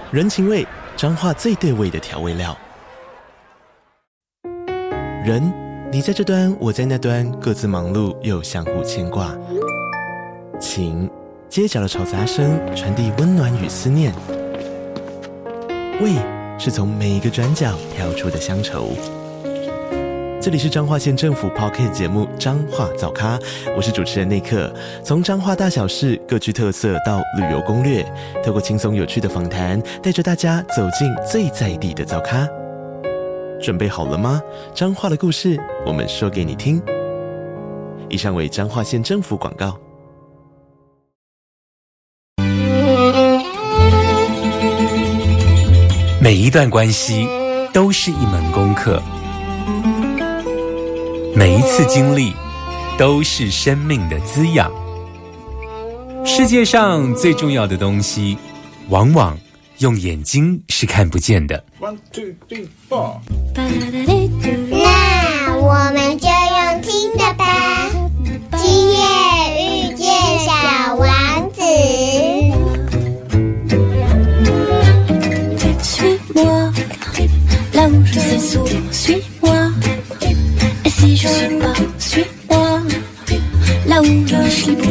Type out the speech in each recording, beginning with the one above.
人情味，彰化最对味的调味料。人，你在这端，我在那端，各自忙碌又相互牵挂。情，街角的吵杂声传递温暖与思念。味，是从每一个转角跳出的乡愁。这里是彰化县政府 Podcast 节目《彰化早咖》，我是主持人内克。从彰化大小事各具特色到旅游攻略，透过轻松有趣的访谈，带着大家走进最在地的早咖。准备好了吗？彰化的故事，我们说给你听。以上为彰化县政府广告。 每一段关系都是一门功课，每一次经历都是生命的滋养。世界上最重要的东西，往往用眼睛是看不见的。 1, 2, 3, 4。 那我们就用听的吧。今夜遇见小王子。 Suis-moi, là où je sais souvent, suis-moi. Et si je suis pas, suis-moi, là où je suis beau.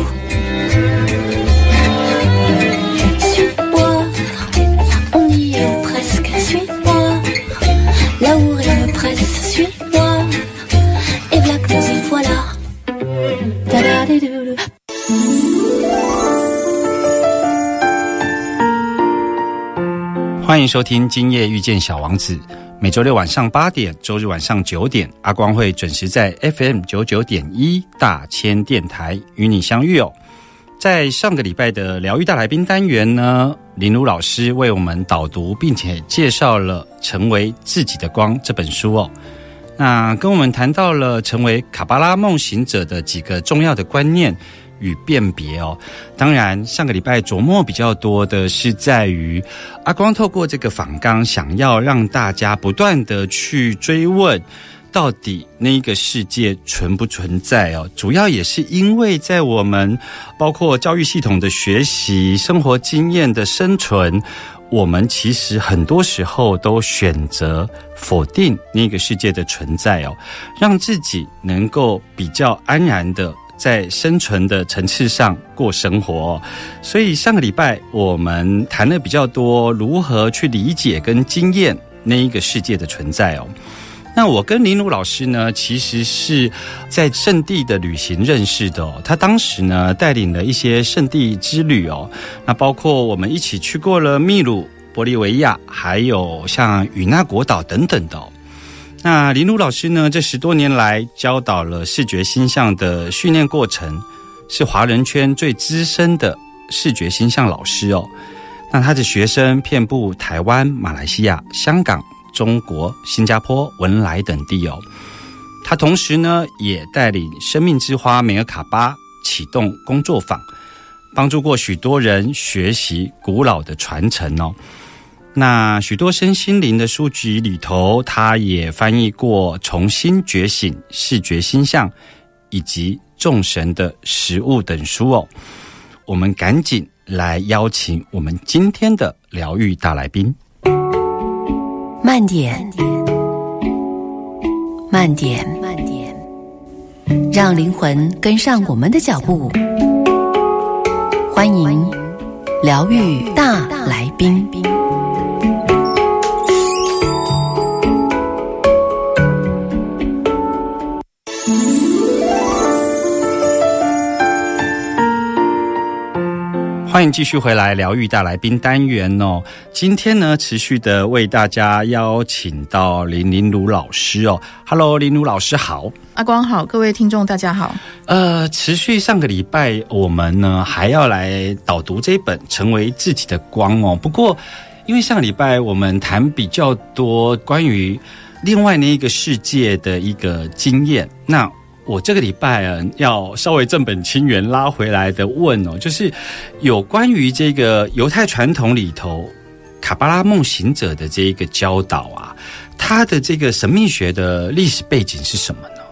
Suis-moi, on y est presque, suis-moi, là où rien ne presse, suis-moi. Et voilà que nous y voilà. Ta-da-di-dou-dou. 欢迎收听今夜遇见小王子，每周六晚上8点，周日晚上9点，阿光会准时在 FM 99.1大千电台与你相遇哦。在上个礼拜的疗愈大来宾单元呢，林如老师为我们导读并且介绍了《成为自己的光》这本书哦。那跟我们谈到了成为卡巴拉梦行者的几个重要的观念与辨别哦。当然上个礼拜琢磨比较多的是在于阿光透过这个访纲，想要让大家不断的去追问到底那一个世界存不存在哦。主要也是因为在我们包括教育系统的学习、生活经验的生存，我们其实很多时候都选择否定那个世界的存在哦，让自己能够比较安然的在生存的层次上过生活哦。所以上个礼拜我们谈了比较多如何去理解跟经验那一个世界的存在哦。那我跟林如老师呢，其实是在圣地的旅行认识的哦。他当时呢带领了一些圣地之旅哦，那包括我们一起去过了秘鲁、玻利维亚，还有像与那国岛等等的哦。那林如老师呢，这10多年来教导了视觉星象的训练过程，是华人圈最资深的视觉星象老师哦。那他的学生遍布台湾、马来西亚、香港、中国、新加坡、文莱等地哦。他同时呢，也带领生命之花梅尔卡巴启动工作坊，帮助过许多人学习古老的传承哦。那许多身心灵的书籍里头，他也翻译过《重新觉醒视觉星象》以及《众神的食物》等书哦。我们赶紧来邀请我们今天的疗愈大来宾。 慢点，慢点，让灵魂跟上我们的脚步。欢迎疗愈大来宾。 欢迎继续回来疗愈大来宾单元哦。今天呢，持续的为大家邀请到林如老师哦。Hello， 林如老师好。 阿光好，各位听众大家好。 持续上个礼拜我们呢还要来导读这一本《成为自己的光》哦。不过因为上个礼拜我们谈比较多关于另外那一个世界的一个经验，那我这个礼拜要稍微正本清源拉回来的问哦，就是有关于这个犹太传统里头卡巴拉梦行者的这一个教导啊，它的这个神秘学的历史背景是什么呢？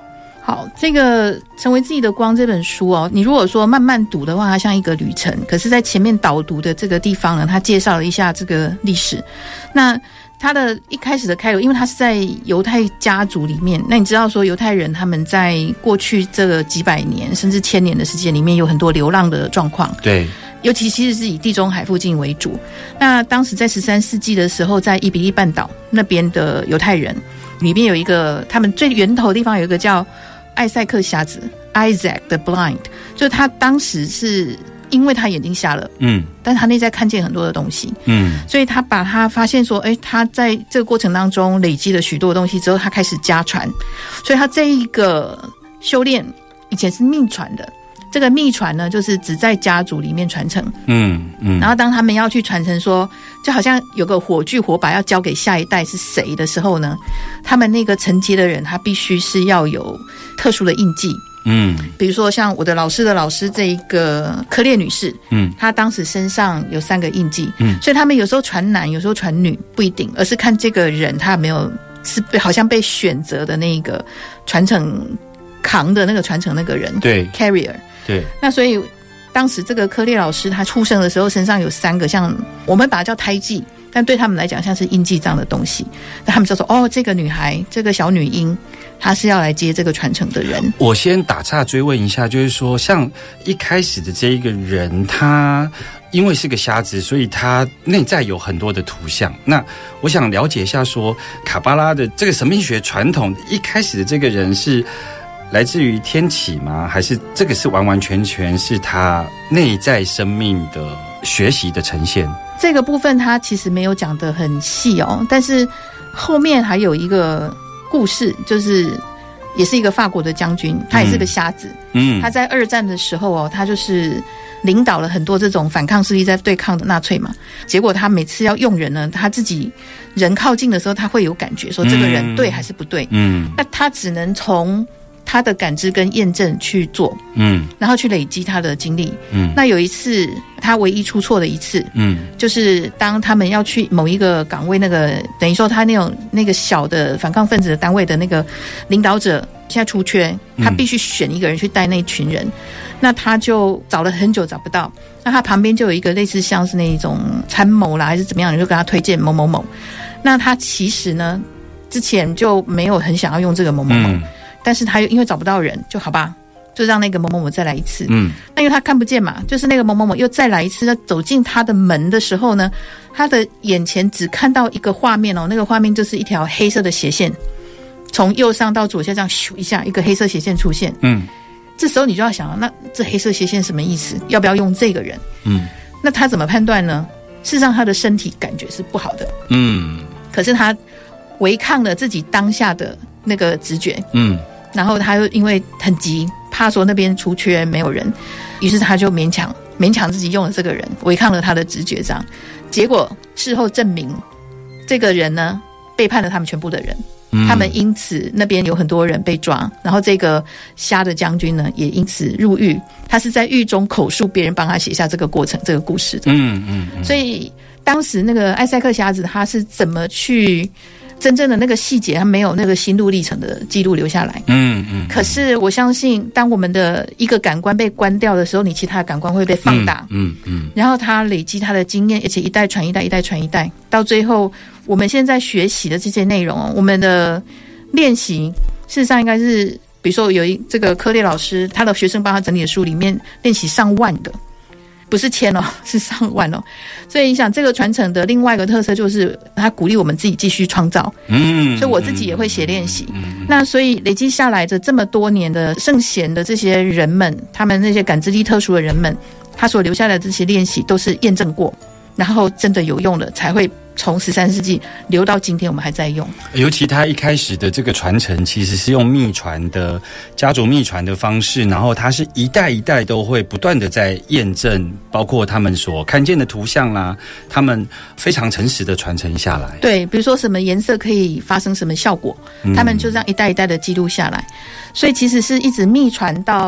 好，这个《成为自己的光》这本书哦，你如果说慢慢读的话，它像一个旅程。可是在前面导读的这个地方呢，它介绍了一下这个历史。那它的一开始的开头，因为它是在犹太家族里面，那你知道说犹太人他们在过去这个几百年甚至1000年的时间里面，有很多流浪的状况。 对。 尤其其实是以地中海附近为主。那当时在13世纪的时候，在伊比利半岛那边的犹太人里面有一个，他们最源头的地方有一个叫艾塞克瞎子 Isaac the Blind， 就是他当时是因为他眼睛瞎了，但他内在看见很多的东西，所以他把他发现说，他在这个过程当中累积了许多的东西之后，他开始家传，所以他这一个修炼以前是秘传的。这个秘传呢，就是只在家族里面传承，然后当他们要去传承说，就好像有个火炬火把要交给下一代是谁的时候呢，他们那个承接的人，他必须是要有特殊的印记，比如说像我的老师的老师这一个科列女士，她当时身上有3个印记，所以他们有时候传男，有时候传女，不一定，而是看这个人他有没有是好像被选择的那个传承扛的那个传承那个人， 对 carrier。 对， 那所以当时这个科列老师他出生的时候身上有3个像我们把它叫胎记，但对他们来讲像是印记这样的东西，那他们就说这个女孩，这个小女婴，她是要来接这个传承的人。 我先打岔追问一下，就是说像一开始的这一个人，他因为是个瞎子，所以他内在有很多的图像。那我想了解一下说，卡巴拉的这个神秘学传统一开始的这个人是来自于天启吗？还是这个是完完全全是他内在生命的学习的呈现？ 这个部分他其实没有讲得很细哦，但是后面还有一个故事，就是也是一个法国的将军，他也是个瞎子，他在2战的时候哦，他就是领导了很多这种反抗势力在对抗的纳粹嘛，结果他每次要用人呢，他自己人靠近的时候，他会有感觉说这个人对还是不对，那他只能从他的感知跟验证去做，然后去累积他的经历，那有一次他唯一出错的一次，就是当他们要去某一个岗位，那个等于说他那个小的反抗分子的单位的那个领导者现在出缺，他必须选一个人去带那群人，那他就找了很久找不到，那他旁边就有一个类似像是那种参谋啦还是怎么样，你就跟他推荐某某某，那他其实呢之前就没有很想要用这个某某某，但是他又因为找不到人，就好吧，就让那个某某某再来一次。那因为他看不见嘛，就是那个某某某又再来一次，他走进他的门的时候呢，他的眼前只看到一个画面哦，那个画面就是一条黑色的斜线，从右上到左下这样咻一下，一个黑色斜线出现。这时候你就要想，那这黑色斜线什么意思？要不要用这个人？那他怎么判断呢？事实上他的身体感觉是不好的。可是他违抗了自己当下的那个直觉。然后他又因为很急，怕说那边出缺没有人，于是他就勉强自己用了这个人，违抗了他的直觉这样。结果事后证明，这个人呢背叛了他们全部的人，他们因此那边有很多人被抓，然后这个瞎的将军呢也因此入狱，他是在狱中口述别人帮他写下这个过程这个故事的。所以当时那个艾塞克瞎子他是怎么去真正的那个细节，他没有那个心路历程的记录留下来。可是我相信当我们的一个感官被关掉的时候，你其他的感官会被放大。然后他累积他的经验，而且一代传一代，一代传一代，到最后我们现在学习的这些内容，我们的练习事实上应该是，比如说有这个科列老师他的学生帮他整理的书里面练习上万个，不是千哦，是上万哦。所以你想这个传承的另外一个特色就是他鼓励我们自己继续创造。所以我自己也会写练习。那所以累积下来的这么多年的圣贤的这些人们，他们那些感知力特殊的人们，他所留下来的这些练习都是验证过，然后真的有用的，才会从13世纪留到今天我们还在用。 尤其他一开始的这个传承其实是用秘传的家族秘传的方式，然后他是一代一代都会不断的在验证，包括他们所看见的图像啦，他们非常诚实的传承下来。 对，比如说什么颜色可以发生什么效果，他们就这样一代一代的记录下来。所以其实是一直秘传到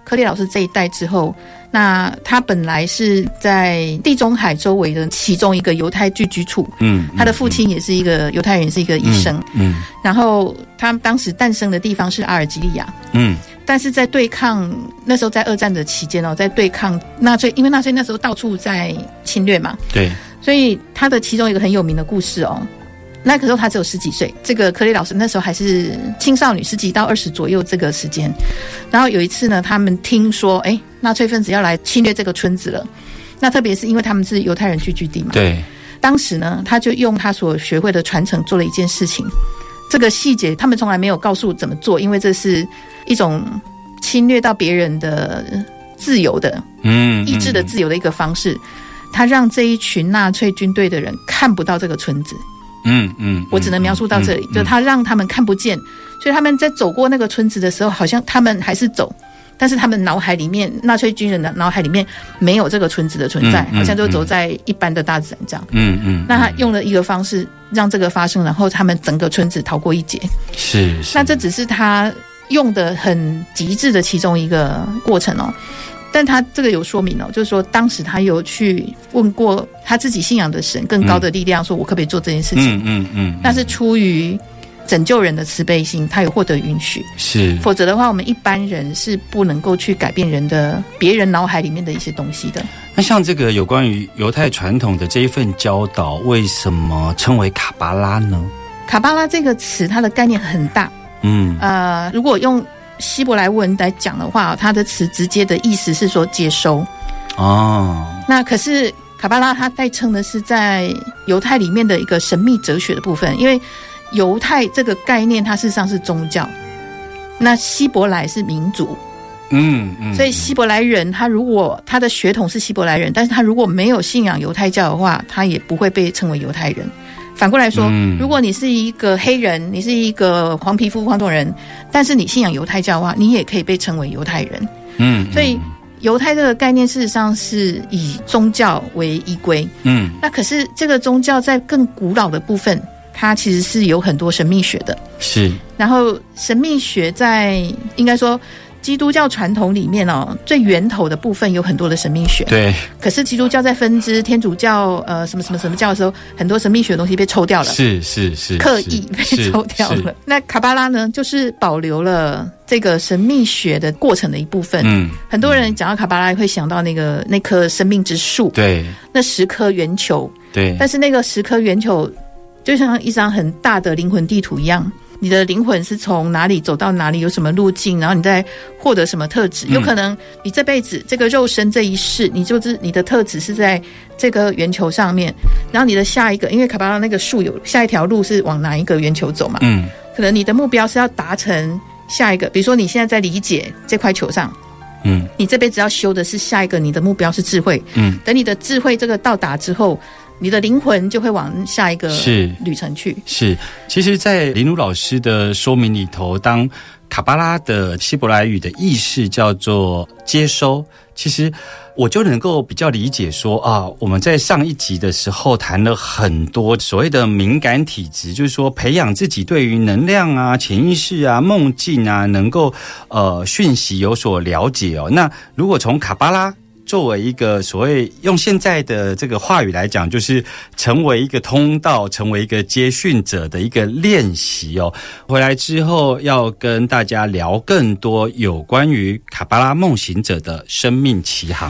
柯利老师这一代之后，那他本来是在地中海周围的其中一个犹太聚居处，他的父亲也是一个犹太人，是一个医生，然后他当时诞生的地方是阿尔及利亚，但是在对抗那时候在二战的期间在对抗纳粹，因为纳粹那时候到处在侵略嘛， 对， 所以他的其中一个很有名的故事那个时候他只有10几岁，这个柯利老师那时候还是青少女，10几到20左右这个时间。然后有一次呢，他们听说纳粹分子要来侵略这个村子了，那特别是因为他们是犹太人聚居地嘛， 对， 当时呢他就用他所学会的传承做了一件事情，这个细节他们从来没有告诉怎么做，因为这是一种侵略到别人的自由的意志的自由的一个方式，他让这一群纳粹军队的人看不到这个村子，我只能描述到这里，就他让他们看不见，所以他们在走过那个村子的时候，好像他们还是走，但是他们脑海里面，纳粹军人的脑海里面没有这个村子的存在，好像就走在一般的大自然这样。那他用了一个方式让这个发生，然后他们整个村子逃过一劫。是，那这只是他用的很极致的其中一个过程但他这个有说明就是说当时他有去问过他自己信仰的神更高的力量，说我可不可以做这件事情，那是出于拯救人的慈悲心，他有获得允许，是，否则的话我们一般人是不能够去改变别人脑海里面的一些东西的。 那像这个有关于犹太传统的这一份教导，为什么称为卡巴拉呢？ 卡巴拉这个词它的概念很大，如果用希伯来文来讲的话，它的词直接的意思是说接收那可是卡巴拉它代称的是在犹太里面的一个神秘哲学的部分，因为犹太这个概念它事实上是宗教，那希伯来是民族，所以希伯来人他如果他的血统是希伯来人，但是他如果没有信仰犹太教的话，他也不会被称为犹太人。反过来说，如果你是一个黑人，你是一个黄皮肤黄种人，但是你信仰犹太教的话，你也可以被称为犹太人。所以犹太这个概念事实上是以宗教为依归。那可是这个宗教在更古老的部分，它其实是有很多神秘学的。是，然后神秘学在应该说基督教传统里面最源头的部分有很多的神秘学。对。可是基督教在分支天主教什么什么什么教的时候，很多神秘学的东西被抽掉了。是，刻意被抽掉了。那卡巴拉呢，就是保留了这个神秘学的过程的一部分。很多人讲到卡巴拉会想到那棵生命之树。对。那10颗圆球。对。但是那个10颗圆球就像一张很大的灵魂地图一样。你的灵魂是从哪里走到哪里，有什么路径，然后你再获得什么特质。有可能你这辈子这个肉身这一世，你的特质是在这个圆球上面，然后你的下一个，因为卡巴拉那个树有下一条路是往哪一个圆球走嘛，可能你的目标是要达成下一个，比如说你现在在理解这块球上，你这辈子要修的是下一个，你的目标是智慧，等你的智慧这个到达之后，你的灵魂就会往下一个旅程去。是， 其实在林儒老师的说明里头，当卡巴拉的希伯来语的意识叫做接收，其实我就能够比较理解说我们在上一集的时候谈了很多所谓的敏感体质，就是说培养自己对于能量啊、潜意识啊、梦境啊能够讯息有所了解那如果从卡巴拉作为一个所谓用现在的这个话语来讲，就是成为一个通道，成为一个接讯者的一个练习回来之后要跟大家聊更多有关于卡巴拉梦行者的生命奇航。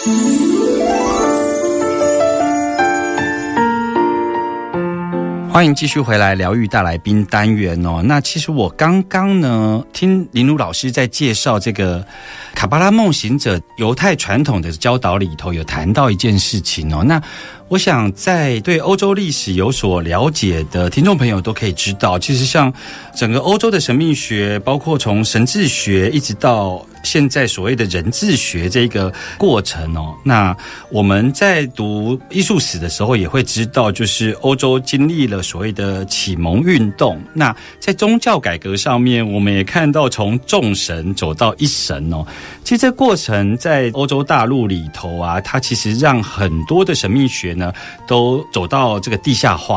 欢迎继续回来疗愈大来宾单元那其实我刚刚呢听林儒老师在介绍这个卡巴拉梦行者犹太传统的教导里头，有谈到一件事情那我想在对欧洲历史有所了解的听众朋友都可以知道，其实像整个欧洲的神秘学，包括从神智学一直到现在所谓的人智学这个过程那我们在读艺术史的时候也会知道，就是欧洲经历了所谓的启蒙运动，那在宗教改革上面我们也看到从众神走到一神其实这过程在欧洲大陆里头它其实让很多的神秘学呢都走到这个地下化，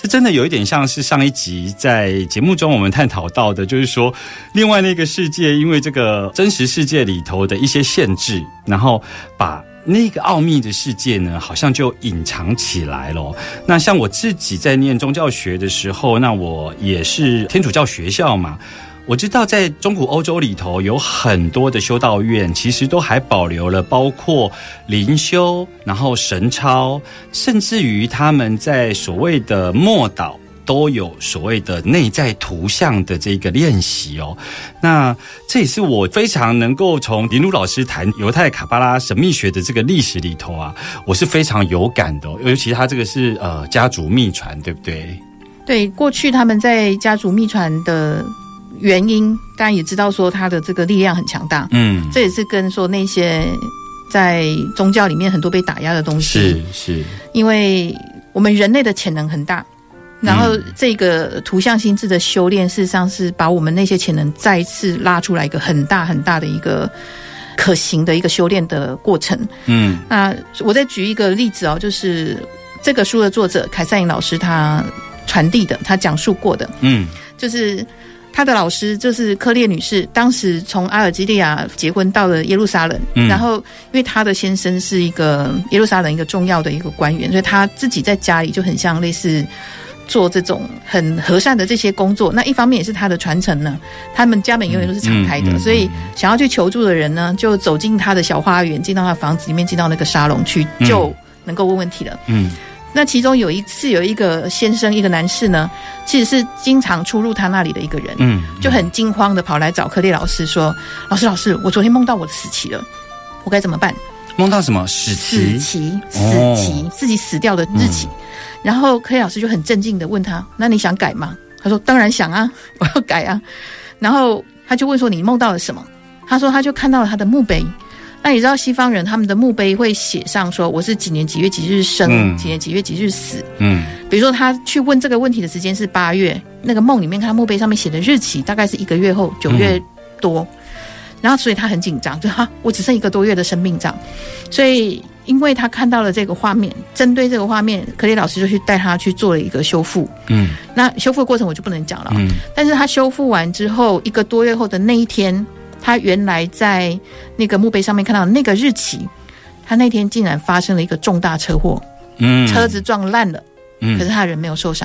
这真的有一点像是上一集在节目中我们探讨到的，就是说另外那个世界因为这个真实世界里头的一些限制，然后把那个奥秘的世界呢好像就隐藏起来了。那像我自己在念宗教学的时候，那我也是天主教学校嘛，我知道在中古欧洲里头有很多的修道院其实都还保留了包括灵修，然后神操，甚至于他们在所谓的默祷都有所谓的内在图像的这个练习哦。那这也是我非常能够从林儒老师谈犹太卡巴拉神秘学的这个历史里头啊，我是非常有感的哦，尤其他这个是家族秘传，对不对？ 对，过去他们在家族秘传的原因，当然也知道说他的这个力量很强大，这也是跟说那些在宗教里面很多被打压的东西， 是因为我们人类的潜能很大，然后这个图像心智的修炼事实上是把我们那些潜能再次拉出来一个很大很大的一个可行的一个修炼的过程。那我再举一个例子哦，就是这个书的作者凯塞琳老师他传递的，他讲述过的，就是他的老师就是科列女士，当时从阿尔及利亚结婚到了耶路撒冷，然后因为他的先生是一个耶路撒冷一个重要的一个官员，所以他自己在家里就很像类似做这种很和善的这些工作。那一方面也是他的传承呢，他们家门永远都是敞开的，所以想要去求助的人呢，就走进他的小花园，进到他的房子里面，进到那个沙龙去，就能够问问题了。那其中有一次有一个先生，一个男士呢，其实是经常出入他那里的一个人，就很惊慌的跑来找科列老师说，老师，我昨天梦到我的死期了，我该怎么办？ 梦到什么？死期， 自己死掉的日期。然后科列老师就很镇静的问他，那你想改吗？他说当然想啊，我要改啊。然后他就问说，你梦到了什么？他说他就看到了他的墓碑。那你知道西方人他们的墓碑会写上说我是几年几月几日生，几年几月几日死。比如说他去问这个问题的时间是8月，那个梦里面看到墓碑上面写的日期大概是1个月后9月多，然后所以他很紧张，就我只剩1个多月的生命这样。所以因为他看到了这个画面，针对这个画面，科列老师就去带他去做了一个修复。那修复的过程我就不能讲了，但是他修复完之后1个多月后的那一天，他原来在那个墓碑上面看到那个日期，他那天竟然发生了一个重大车祸，车子撞烂了，可是他人没有受伤。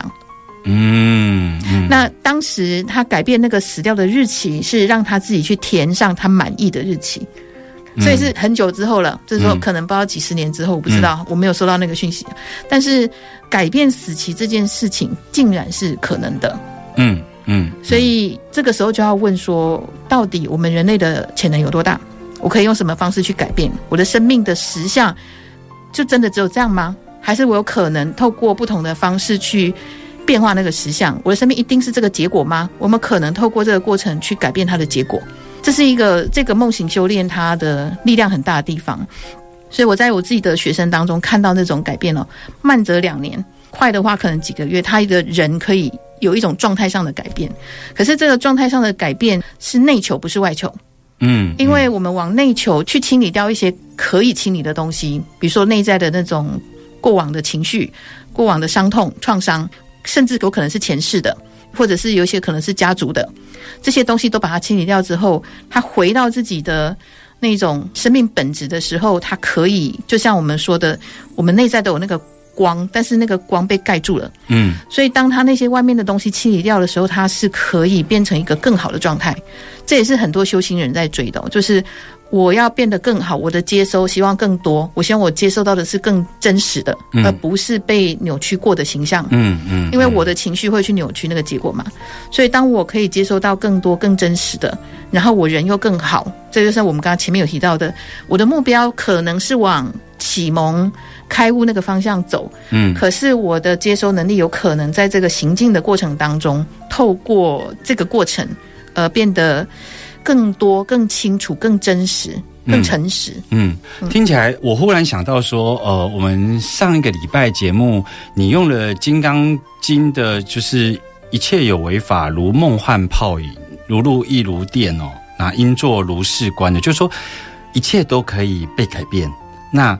那当时他改变那个死掉的日期，是让他自己去填上他满意的日期，所以是很久之后了，就是说可能不知道几十年之后，我不知道，我没有收到那个讯息。但是改变死期这件事情竟然是可能的。所以这个时候就要问说，到底我们人类的潜能有多大？我可以用什么方式去改变我的生命的实相？就真的只有这样吗？还是我有可能透过不同的方式去变化那个实相？我的生命一定是这个结果吗？我们可能透过这个过程去改变它的结果。这是一个这个梦行修炼它的力量很大的地方。所以我在我自己的学生当中看到那种改变慢则2年，快的话可能几个月，他的人可以有一种状态上的改变。可是这个状态上的改变是内求，不是外求。因为我们往内求去清理掉一些可以清理的东西，比如说内在的那种过往的情绪、过往的伤痛、创伤，甚至有可能是前世的，或者是有一些可能是家族的，这些东西都把它清理掉之后，他回到自己的那种生命本质的时候，他可以就像我们说的，我们内在都有那个光，但是那个光被盖住了。所以当他那些外面的东西清理掉的时候，他是可以变成一个更好的状态。这也是很多修行人在追的，就是我要变得更好，我的接收希望更多，我希望我接收到的是更真实的，而不是被扭曲过的形象。因为我的情绪会去扭曲那个结果嘛。所以当我可以接收到更多更真实的，然后我人又更好，这就是我们刚刚前面有提到的，我的目标可能是往启蒙开悟那个方向走，可是我的接收能力有可能在这个行进的过程当中，透过这个过程变得更多、更清楚、更真实、更诚实。 听起来我忽然想到说，我们上一个礼拜节目，你用了《金刚经》的，就是一切有为法，如梦幻泡影，如露亦如电哦，那应作如是观的，就是说一切都可以被改变。那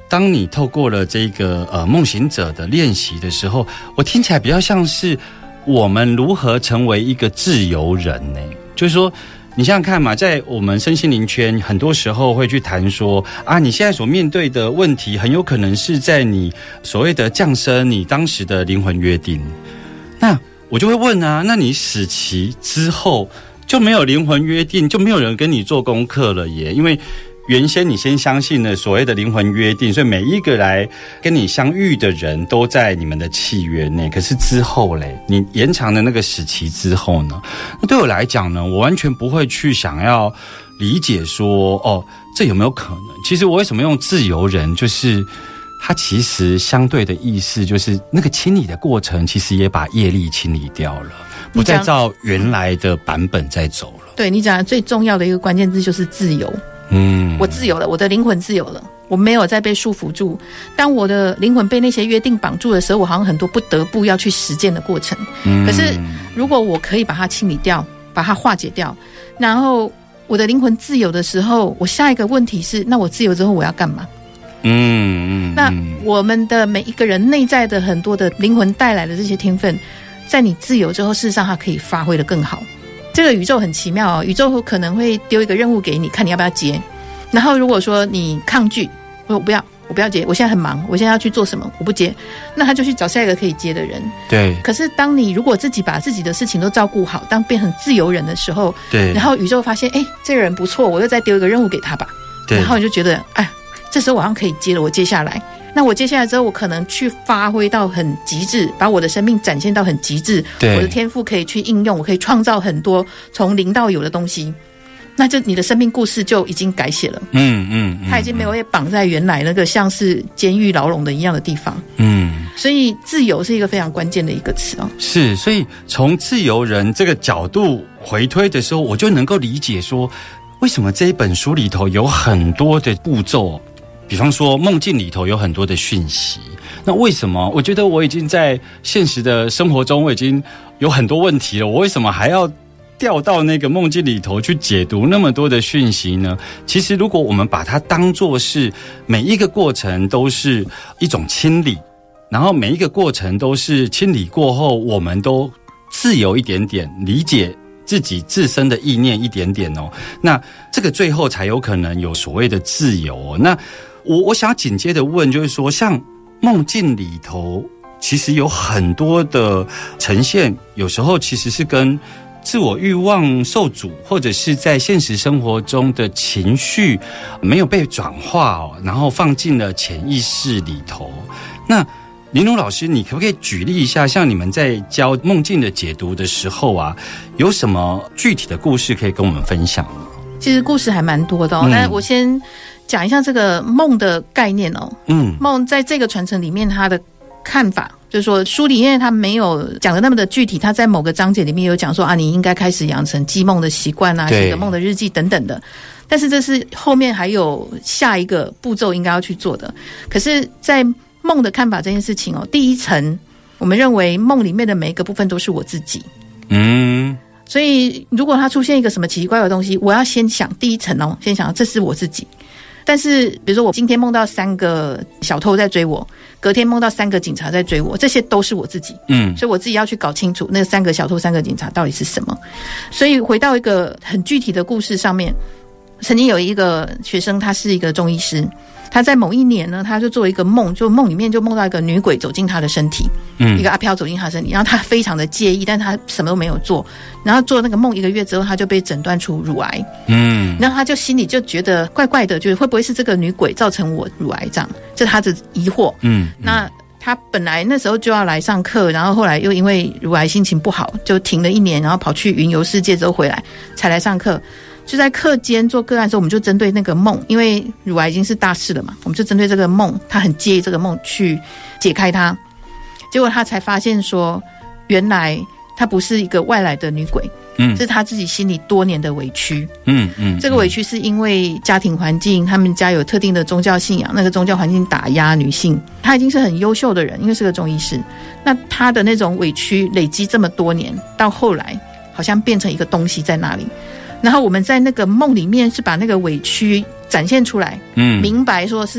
当你透过了这个梦行者的练习的时候，我听起来比较像是我们如何成为一个自由人呢？就是说，你想想看嘛，在我们身心灵圈，很多时候会去谈说啊，你现在所面对的问题，很有可能是在你所谓的降生，你当时的灵魂约定。那我就会问啊，那你死期之后就没有灵魂约定，就没有人跟你做功课了耶？因为原先你先相信了所谓的灵魂约定，所以每一个来跟你相遇的人都在你们的契约内。可是之后嘞，你延长的那个时期之后呢，那对我来讲呢，我完全不会去想要理解说，哦，这有没有可能？其实我为什么用自由人，就是它其实相对的意思就是那个清理的过程，其实也把业力清理掉了，不再照原来的版本在走了。 对，你讲的最重要的一个关键字就是自由。我自由了，我的灵魂自由了，我没有再被束缚住。当我的灵魂被那些约定绑住的时候，我好像很多不得不要去实践的过程。可是如果我可以把它清理掉，把它化解掉，然后我的灵魂自由的时候，我下一个问题是，那我自由之后我要干嘛？那我们的每一个人内在的很多的灵魂带来的这些天分，在你自由之后，事实上它可以发挥得更好。这个宇宙很奇妙哦，宇宙可能会丢一个任务给你，看你要不要接。然后如果说你抗拒，我不要接，我现在很忙，我现在要去做什么，我不接，那他就去找下一个可以接的人。对。可是当你如果自己把自己的事情都照顾好，当变成自由人的时候，对，然后宇宙发现，哎，这个人不错，我又再丢一个任务给他吧。对。然后你就觉得，哎，这时候我好像可以接了，我接下来。那我接下来之后，我可能去发挥到很极致，把我的生命展现到很极致，我的天赋可以去应用，我可以创造很多从零到有的东西。那就你的生命故事就已经改写了。它已经没有被绑在原来那个像是监狱牢笼的一样的地方。所以自由是一个非常关键的一个词哦。是，所以从自由人这个角度回推的时候，我就能够理解说，为什么这一本书里头有很多的步骤。比方说梦境里头有很多的讯息，那为什么我觉得我已经在现实的生活中我已经有很多问题了，我为什么还要掉到那个梦境里头去解读那么多的讯息呢？其实如果我们把它当作是每一个过程都是一种清理，然后每一个过程都是清理过后我们都自由一点点，理解自己自身的意念一点点哦，那这个最后才有可能有所谓的自由哦。那我想要紧接着问，就是说，像梦境里头，其实有很多的呈现，有时候其实是跟自我欲望受阻，或者是在现实生活中的情绪没有被转化哦，然后放进了潜意识里头。那玲珑老师，你可不可以举例一下，像你们在教梦境的解读的时候啊，有什么具体的故事可以跟我们分享呢？其实故事还蛮多的哦，但我先讲一下这个梦的概念哦。梦在这个传承里面，它的看法就是说，书里面它没有讲的那么的具体，它在某个章节里面有讲说啊，你应该开始养成记梦的习惯啊，写个梦的日记等等的。但是这是后面还有下一个步骤应该要去做的。可是，在梦的看法这件事情哦，第一层，我们认为梦里面的每一个部分都是我自己。所以如果它出现一个什么奇奇怪怪的东西，我要先想第一层哦，先想这是我自己。但是比如说我今天梦到3个小偷在追我，隔天梦到3个警察在追我，这些都是我自己。所以我自己要去搞清楚那3个小偷3个警察到底是什么。所以回到一个很具体的故事上面，曾经有一个学生，他是一个中医师，他在某一年呢，他就做一个梦，就梦里面就梦到一个女鬼走进他的身体，一个阿飘走进他的身体，然后他非常的介意，但他什么都没有做，然后做那个梦1个月之后，他就被诊断出乳癌，然后他就心里就觉得怪怪的，觉得会不会是这个女鬼造成我乳癌这样，这是他的疑惑。那他本来那时候就要来上课，然后后来又因为乳癌心情不好，就停了1年，然后跑去云游世界之后回来才来上课。就在课间做个案的时候，我们就针对那个梦，因为乳癌已经是大事了嘛，我们就针对这个梦，他很介意这个梦去解开它。结果他才发现说，原来她不是一个外来的女鬼，是他自己心里多年的委屈。这个委屈是因为家庭环境，他们家有特定的宗教信仰，那个宗教环境打压女性。他已经是很优秀的人，因为是个中医师，那他的那种委屈累积这么多年，到后来好像变成一个东西在那里。然后我们在那个梦里面是把那个委屈展现出来，明白说是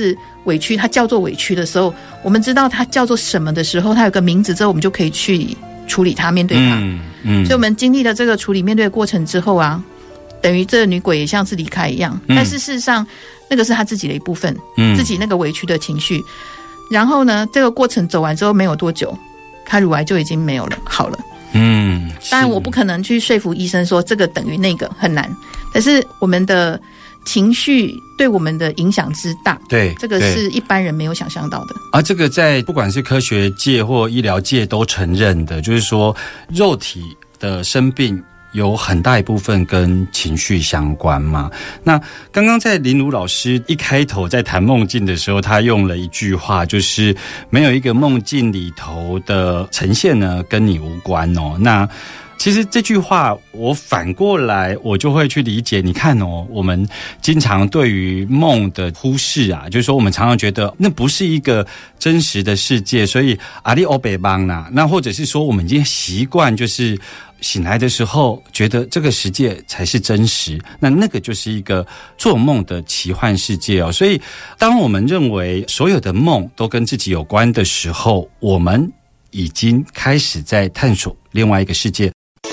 委屈，它叫做委屈的时候，我们知道它叫做什么的时候，它有个名字之后，我们就可以去处理它，面对它。所以我们经历了这个处理面对的过程之后啊，等于这个女鬼也像是离开一样，但是事实上那个是她自己的一部分，自己那个委屈的情绪。然后呢，这个过程走完之后没有多久，她乳癌就已经没有了，好了。当然我不可能去说服医生说这个等于那个，很难。但是我们的情绪对我们的影响之大， 对， 这个是一般人没有想象到的。 这个在不管是科学界或医疗界都承认的，就是说肉体的生病有很大一部分跟情绪相关嘛。那刚刚在林如老师一开头在谈梦境的时候，他用了一句话，就是没有一个梦境里头的呈现呢跟你无关哦。那其实这句话我反过来我就会去理解，你看哦，我们经常对于梦的忽视啊，就是说我们常常觉得那不是一个真实的世界，所以阿里欧北邦啦，那或者是说我们已经习惯就是醒来的时候觉得这个世界才是真实，那个就是一个做梦的奇幻世界哦。所以当我们认为所有的梦都跟自己有关的时候，我们已经开始在探索另外一个世界。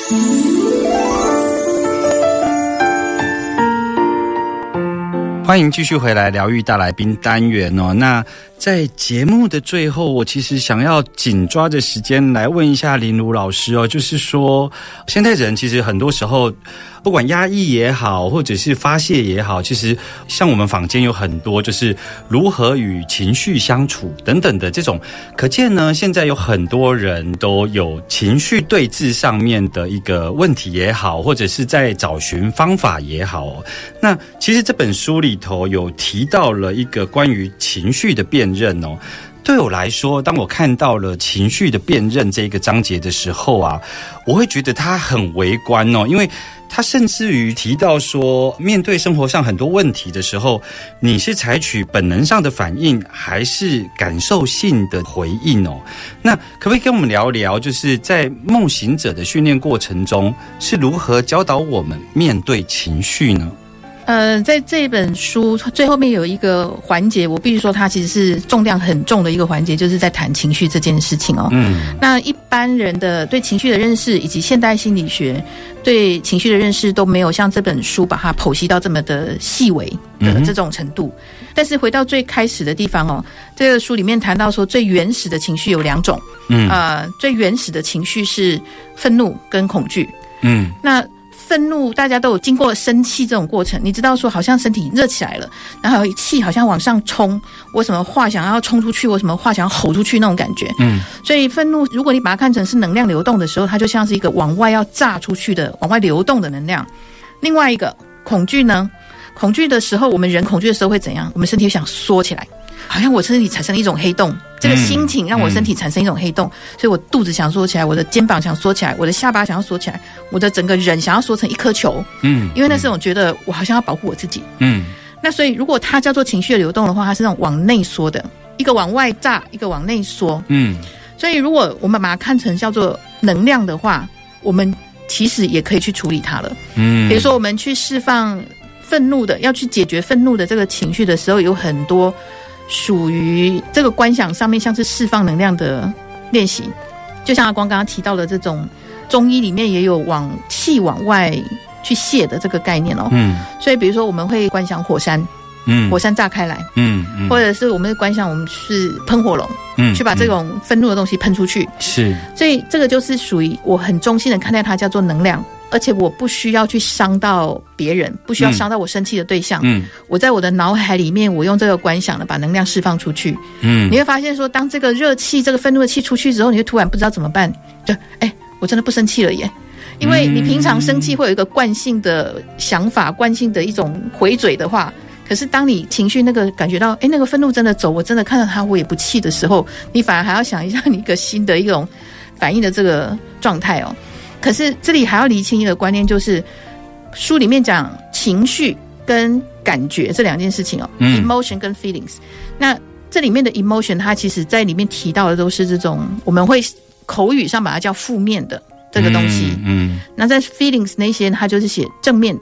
欢迎继续回来疗愈大来宾单元哦。那在节目的最后，我其实想要紧抓着时间来问一下林如老师哦，就是说现代人其实很多时候不管压抑也好，或者是发泄也好，其实像我们坊间有很多就是如何与情绪相处等等的这种，可见呢现在有很多人都有情绪对峙上面的一个问题也好，或者是在找寻方法也好哦。那其实这本书里头有提到了一个关于情绪的辨认哦。对我来说，当我看到了情绪的辨认这个章节的时候啊，我会觉得它很微观哦，因为他甚至于提到说，面对生活上很多问题的时候，你是采取本能上的反应，还是感受性的回应哦？那可不可以跟我们聊聊，就是在梦行者的训练过程中，是如何教导我们面对情绪呢？ 在这本书最后面有一个环节，我必须说它其实是重量很重的一个环节，就是在谈情绪这件事情哦。那一般人的对情绪的认识，以及现代心理学对情绪的认识都没有像这本书把它剖析到这么的细微的这种程度。但是回到最开始的地方哦，这个书里面谈到说，最原始的情绪有两种。最原始的情绪是愤怒跟恐惧。那愤怒大家都有经过生气这种过程，你知道说好像身体热起来了，然后气好像往上冲，我什么话想要冲出去，我什么话想要吼出去那种感觉。所以愤怒如果你把它看成是能量流动的时候，它就像是一个往外要炸出去的往外流动的能量。另外一个恐惧呢，恐惧的时候，我们人恐惧的时候会怎样？我们身体想缩起来，好像我身体产生了一种黑洞，这个心情让我身体产生一种黑洞，所以我肚子想缩起来，我的肩膀想缩起来，我的下巴想要缩起来，我的整个人想要缩成一颗球。因为那是我觉得我好像要保护我自己。那所以如果它叫做情绪的流动的话，它是那种往内缩的，一个往外炸，一个往内缩。所以如果我们把它看成叫做能量的话，我们其实也可以去处理它了。比如说我们去释放愤怒的，要去解决愤怒的这个情绪的时候，有很多属于这个观想上面像是释放能量的练习，就像阿光刚刚提到的这种中医里面也有往气往外去泄的这个概念哦。所以比如说我们会观想火山，火山炸开来，或者是我们会观想我们是喷火龙，去把这种愤怒的东西喷出去。是，所以这个就是属于我很中性的看待它叫做能量，而且我不需要去伤到别人，不需要伤到我生气的对象。我在我的脑海里面，我用这个观想的把能量释放出去。你会发现说，当这个热气、这个愤怒的气出去之后，你会突然不知道怎么办，就我真的不生气了耶。因为你平常生气会有一个惯性的想法、惯性的一种回嘴的话，可是当你情绪那个感觉到那个愤怒真的走，我真的看到他我也不气的时候，你反而还要想一下你一个新的一种反应的这个状态哦。可是这里还要厘清一个观念，就是书里面讲情绪跟感觉这两件事情哦，emotion 跟 feelings。那这里面的 emotion 它其实在里面提到的都是这种我们会口语上把它叫负面的这个东西。那在 feelings 那些它就是写正面的。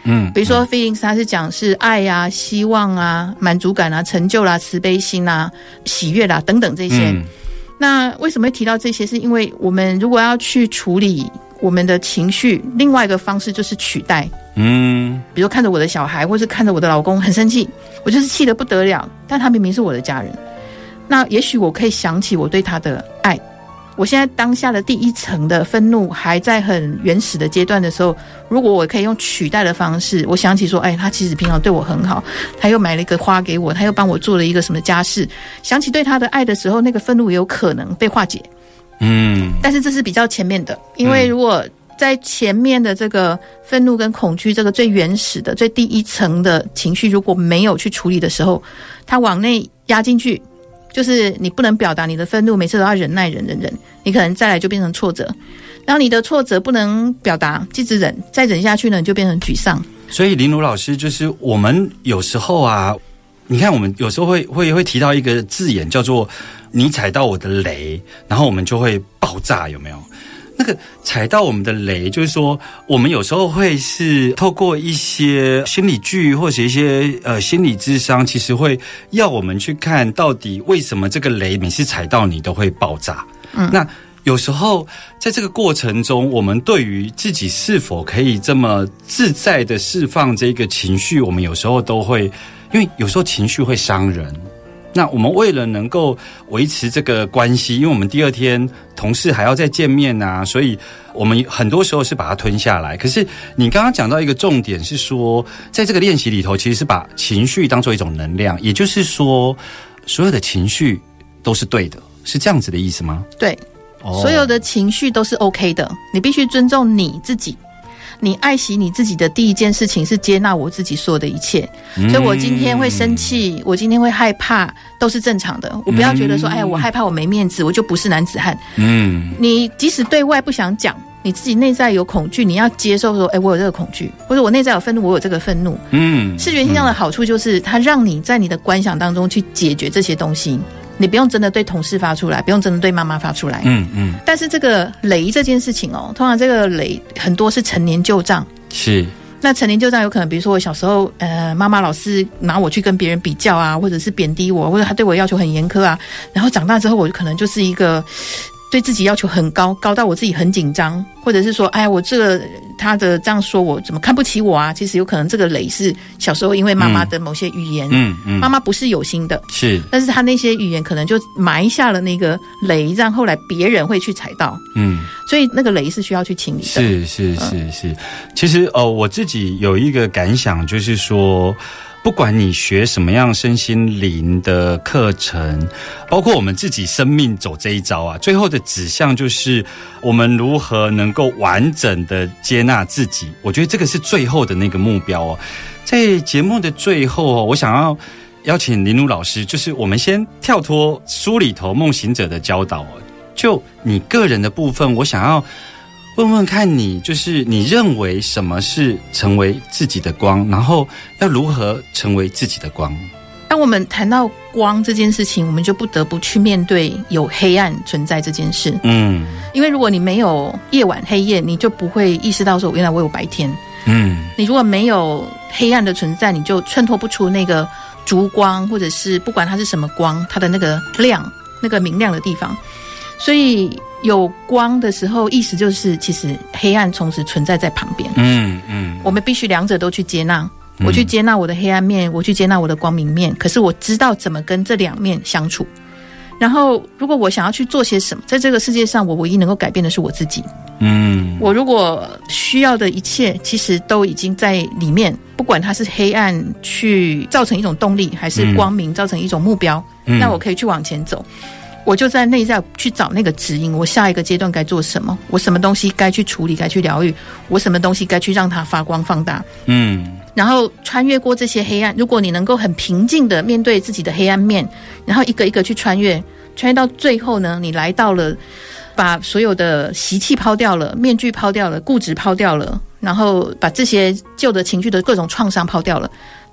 比如说 feelings 它是讲是爱啊、希望啊、满足感啊、成就啦、慈悲心啊、喜悦啦等等这些。那为什么会提到这些？是因为我们如果要去处理我们的情绪，另外一个方式就是取代。比如看着我的小孩，或是看着我的老公很生气，我就是气得不得了，但他明明是我的家人。那也许我可以想起我对他的爱。我现在当下的第一层的愤怒还在很原始的阶段的时候，如果我可以用取代的方式，我想起说，他其实平常对我很好，他又买了一个花给我，他又帮我做了一个什么家事，想起对他的爱的时候，那个愤怒也有可能被化解。但是这是比较前面的，因为如果在前面的这个愤怒跟恐惧，这个最原始的最第一层的情绪如果没有去处理的时候，它往内压进去，就是你不能表达你的愤怒，每次都要忍耐忍，你可能再来就变成挫折，然后你的挫折不能表达，一直忍，再忍下去呢，你就变成沮丧。 所以林如老师，就是我们有时候啊，你看我们有时候会提到一个字眼叫做你踩到我的雷，然后我们就会爆炸，有没有？那个踩到我们的雷，就是说我们有时候会是透过一些心理剧或者一些心理咨商，其实会要我们去看到底为什么这个雷每次踩到你都会爆炸。那有时候在这个过程中，我们对于自己是否可以这么自在的释放这个情绪，我们有时候都会，因为有时候情绪会伤人。那我们为了能够维持这个关系，因为我们第二天同事还要再见面啊，所以我们很多时候是把它吞下来。可是你刚刚讲到一个重点是说，在这个练习里头，其实是把情绪当作一种能量，也就是说，所有的情绪都是对的，是这样子的意思吗？ 对，所有的情绪都是 OK 的，你必须尊重你自己。你爱惜你自己的第一件事情是接纳我自己所有的一切，所以我今天会生气，我今天会害怕，都是正常的。我不要觉得说，我害怕我没面子，我就不是男子汉。你即使对外不想讲，你自己内在有恐惧，你要接受说，我有这个恐惧，或者我内在有愤怒，我有这个愤怒。视觉现象的好处就是它让你在你的观想当中去解决这些东西。你不用真的对同事发出来，不用真的对妈妈发出来。但是这个雷这件事情通常这个雷很多是陈年旧账。是。那陈年旧账有可能，比如说我小时候，妈妈老是拿我去跟别人比较啊，或者是贬低我，或者他对我要求很严苛啊，然后长大之后我可能就是一个对自己要求很高到我自己很紧张，或者是说，我这个他的这样说我怎么看不起我啊？其实有可能这个雷是小时候因为妈妈的某些语言，妈妈不是有心的，是，但是他那些语言可能就埋下了那个雷，让后来别人会去踩到，所以那个雷是需要去清理的。 是。其实我自己有一个感想，就是说，不管你学什么样身心灵的课程，包括我们自己生命走这一招啊，最后的指向就是我们如何能够完整的接纳自己。我觉得这个是最后的那个目标哦。在节目的最后我想要邀请林如老师，就是我们先跳脱书里头梦行者的教导，就你个人的部分，我想要问问看你，就是你认为什么是成为自己的光，然后要如何成为自己的光？ 当我们谈到光这件事情，我们就不得不去面对有黑暗存在这件事。因为如果你没有夜晚黑夜，你就不会意识到说原来我有白天。你如果没有黑暗的存在，你就衬托不出那个烛光，或者是不管它是什么光，它的那个亮，那个明亮的地方。所以有光的时候，意思就是其实黑暗同时存在在旁边。我们必须两者都去接纳。我去接纳我的黑暗面，我去接纳我的光明面，可是我知道怎么跟这两面相处。然后如果我想要去做些什么，在这个世界上我唯一能够改变的是我自己。我如果需要的一切其实都已经在里面，不管它是黑暗去造成一种动力，还是光明造成一种目标，那我可以去往前走。我就在内在去找那个指引，我下一个阶段该做什么，我什么东西该去处理，该去疗愈，我什么东西该去让它发光放大。然后穿越过这些黑暗，如果你能够很平静的面对自己的黑暗面，然后一个一个去穿越到最后呢，你来到了把所有的习气抛掉了，面具抛掉了，固执抛掉了，然后把这些旧的情绪的各种创伤抛掉了，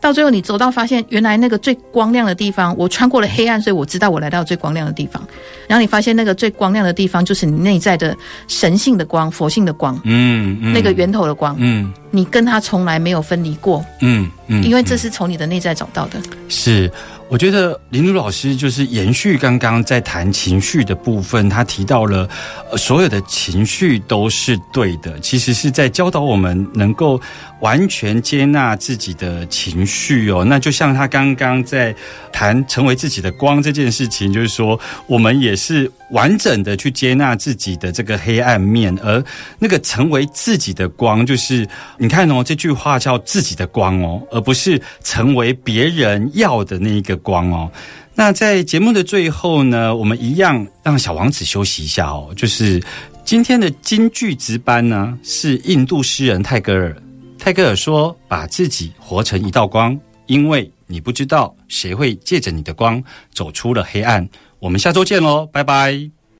到最后你走到发现原来那个最光亮的地方，我穿过了黑暗，所以我知道我来到最光亮的地方。然后你发现那个最光亮的地方就是你内在的神性的光、佛性的光，那个源头的光，你跟它从来没有分离过，因为这是从你的内在找到的。 是，我觉得林如老师就是延续刚刚在谈情绪的部分，他提到了所有的情绪都是对的，其实是在教导我们能够完全接纳自己的情绪哦。那就像他刚刚在谈成为自己的光这件事情，就是说我们也是完整的去接纳自己的这个黑暗面，而那个成为自己的光，就是你看哦，这句话叫自己的光哦，而不是成为别人要的那一个光哦。那在节目的最后呢，我们一样让小王子休息一下哦，就是今天的金句值班呢，是印度诗人泰戈尔。泰戈尔说，把自己活成一道光，因为你不知道谁会借着你的光走出了黑暗。我们下周见咯，拜拜。